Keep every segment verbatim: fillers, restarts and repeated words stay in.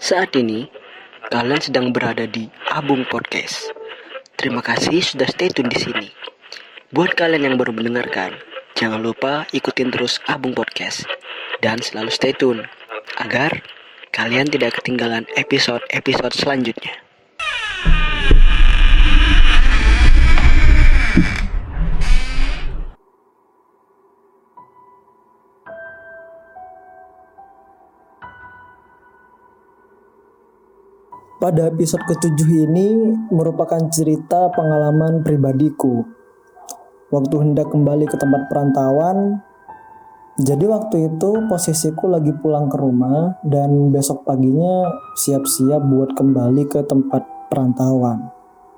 Saat ini, kalian sedang berada di Abung Podcast. Terima kasih sudah stay tune di sini. Buat kalian yang baru mendengarkan, jangan lupa ikutin terus Abung Podcast dan selalu stay tune agar kalian tidak ketinggalan episode-episode selanjutnya. Pada episode ketujuh ini merupakan cerita pengalaman pribadiku. Waktu hendak kembali ke tempat perantauan, jadi waktu itu posisiku lagi pulang ke rumah dan besok paginya siap-siap buat kembali ke tempat perantauan.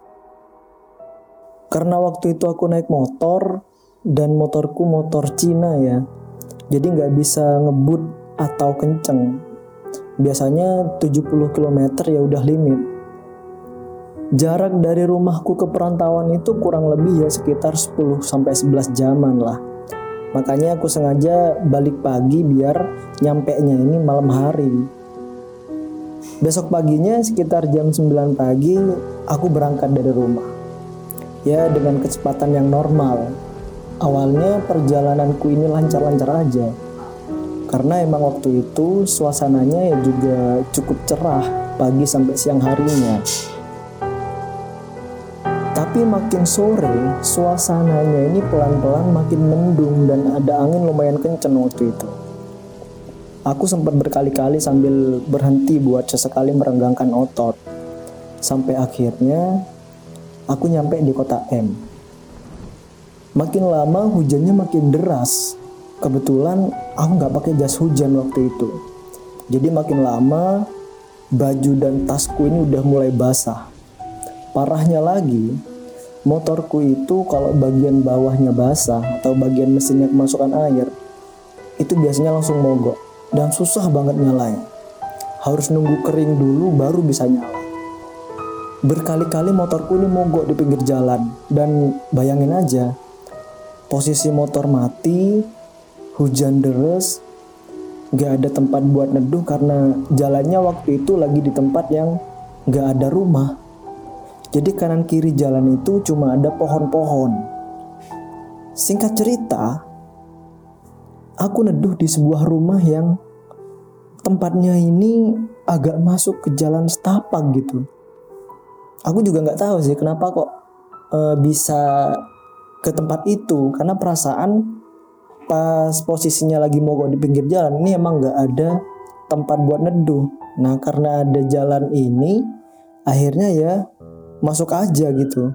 Karena waktu itu aku naik motor dan motorku motor Cina ya, jadi nggak bisa ngebut atau kenceng. Biasanya tujuh puluh kilometer ya udah limit. Jarak dari rumahku ke perantauan itu kurang lebih ya sekitar sepuluh sampai sebelas jaman lah. Makanya aku sengaja balik pagi biar nyampenya ini malam hari. Besok paginya sekitar jam sembilan pagi aku berangkat dari rumah. Ya dengan kecepatan yang normal. Awalnya perjalananku ini lancar-lancar aja. Karena emang waktu itu suasananya ya juga cukup cerah pagi sampai siang harinya. Tapi makin sore suasananya ini pelan-pelan makin mendung dan ada angin lumayan kenceng waktu itu. Aku sempat berkali-kali sambil berhenti buat sesekali merenggangkan otot. Sampai akhirnya aku nyampe di kota M. Makin lama hujannya makin deras. Kebetulan aku gak pakai jas hujan waktu itu. Jadi makin lama baju dan tasku ini udah mulai basah. Parahnya lagi, motorku itu kalau bagian bawahnya basah atau bagian mesinnya kemasukan air, itu biasanya langsung mogok dan susah banget nyalain. Harus nunggu kering dulu baru bisa nyala. Berkali-kali motorku ini mogok di pinggir jalan dan bayangin aja, posisi motor mati, hujan deras, gak ada tempat buat neduh karena jalannya waktu itu lagi di tempat yang gak ada rumah. Jadi kanan kiri jalan itu cuma ada pohon-pohon. Singkat cerita, aku neduh di sebuah rumah yang tempatnya ini agak masuk ke jalan setapak gitu. Aku juga gak tahu sih kenapa kok e, bisa ke tempat itu, karena perasaan pas posisinya lagi mogok di pinggir jalan ini emang gak ada tempat buat neduh. Nah karena ada jalan ini, akhirnya ya masuk aja gitu.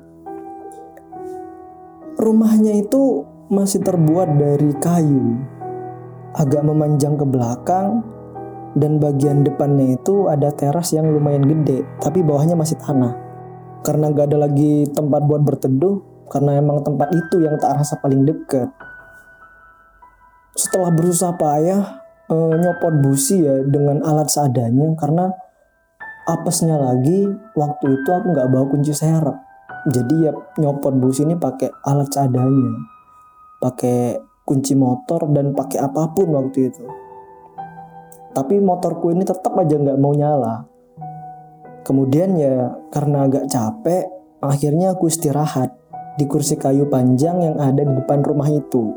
Rumahnya itu masih terbuat dari kayu, agak memanjang ke belakang, dan bagian depannya itu ada teras yang lumayan gede, tapi bawahnya masih tanah. Karena gak ada lagi tempat buat berteduh, karena emang tempat itu yang tak rasa paling dekat. Setelah berusaha payah e, nyopot busi ya dengan alat seadanya, karena apesnya lagi waktu itu aku nggak bawa kunci serep, jadi ya nyopot busi ini pakai alat seadanya, pakai kunci motor dan pakai apapun waktu itu. Tapi motorku ini tetap aja nggak mau nyala. Kemudian ya karena agak capek, akhirnya aku istirahat di kursi kayu panjang yang ada di depan rumah itu.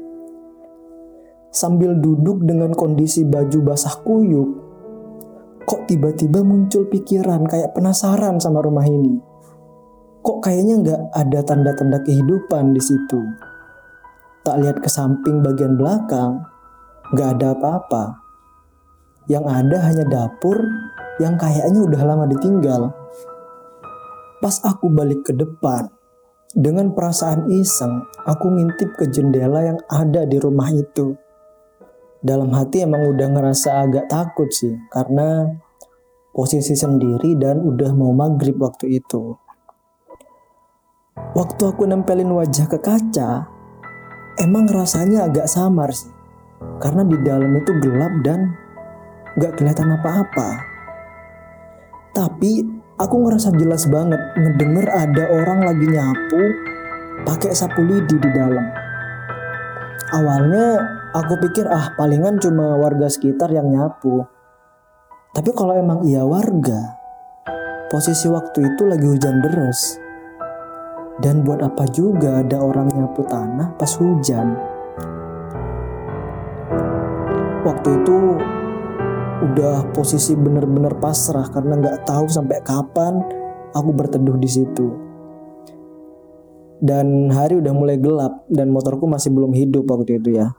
Sambil duduk dengan kondisi baju basah kuyup, kok tiba-tiba muncul pikiran kayak penasaran sama rumah ini. Kok kayaknya nggak ada tanda-tanda kehidupan di situ. Tak lihat ke samping bagian belakang, nggak ada apa-apa. Yang ada hanya dapur yang kayaknya udah lama ditinggal. Pas aku balik ke depan, dengan perasaan iseng, aku ngintip ke jendela yang ada di rumah itu. Dalam hati emang udah ngerasa agak takut sih, karena posisi sendiri dan udah mau maghrib waktu itu. Waktu aku nempelin wajah ke kaca, emang rasanya agak samar sih, karena di dalam itu gelap dan gak kelihatan apa-apa. Tapi aku ngerasa jelas banget ngedenger ada orang lagi nyapu pakai sapu lidi di dalam. Awalnya aku pikir ah palingan cuma warga sekitar yang nyapu. Tapi kalau emang iya warga, posisi waktu itu lagi hujan deras. Dan buat apa juga ada orang nyapu tanah pas hujan? Waktu itu udah posisi bener-bener pasrah karena nggak tahu sampai kapan aku berteduh di situ. Dan hari udah mulai gelap dan motorku masih belum hidup waktu itu ya.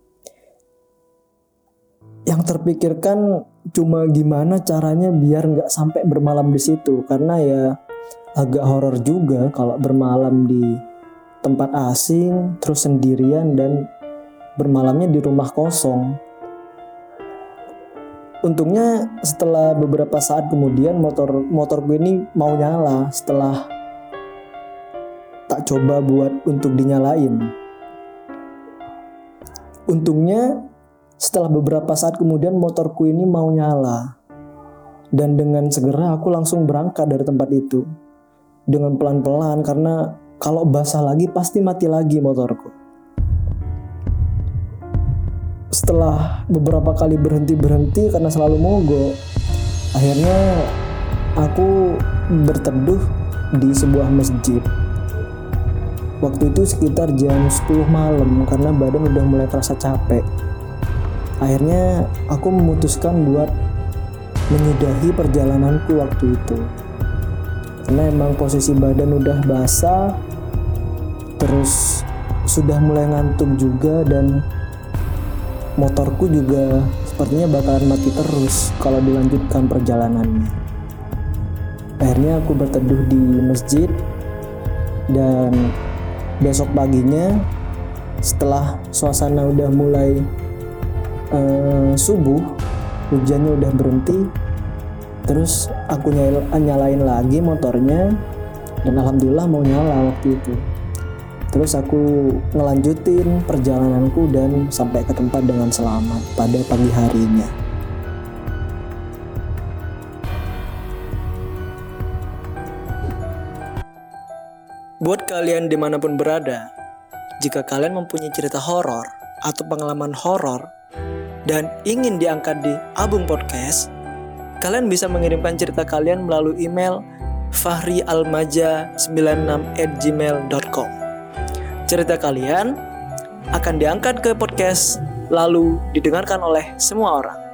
Yang terpikirkan cuma gimana caranya biar nggak sampai bermalam di situ, karena ya agak horor juga kalau bermalam di tempat asing terus sendirian dan bermalamnya di rumah kosong. Untungnya setelah beberapa saat kemudian motor motorku ini mau nyala setelah tak coba buat untuk dinyalain. Untungnya setelah beberapa saat kemudian motorku ini mau nyala. Dan dengan segera aku langsung berangkat dari tempat itu. Dengan pelan-pelan karena kalau basah lagi pasti mati lagi motorku. Setelah beberapa kali berhenti-berhenti karena selalu mogok, akhirnya aku berteduh di sebuah masjid. Waktu itu sekitar jam sepuluh malam karena badan udah mulai terasa capek. Akhirnya aku memutuskan buat menyudahi perjalananku waktu itu. Karena emang posisi badan udah basah, terus sudah mulai ngantuk juga dan motorku juga sepertinya bakalan mati terus kalau dilanjutkan perjalanannya. Akhirnya aku berteduh di masjid dan besok paginya setelah suasana udah mulai uh, subuh, hujannya udah berhenti, terus aku nyala, nyalain lagi motornya dan alhamdulillah mau nyala waktu itu. Terus aku ngelanjutin perjalananku dan sampai ke tempat dengan selamat pada pagi harinya. Buat kalian dimanapun berada, jika kalian mempunyai cerita horor atau pengalaman horor dan ingin diangkat di Abung Podcast, kalian bisa mengirimkan cerita kalian melalui email fahri almaja sembilan enam at gmail dot com. Cerita kalian akan diangkat ke podcast lalu didengarkan oleh semua orang.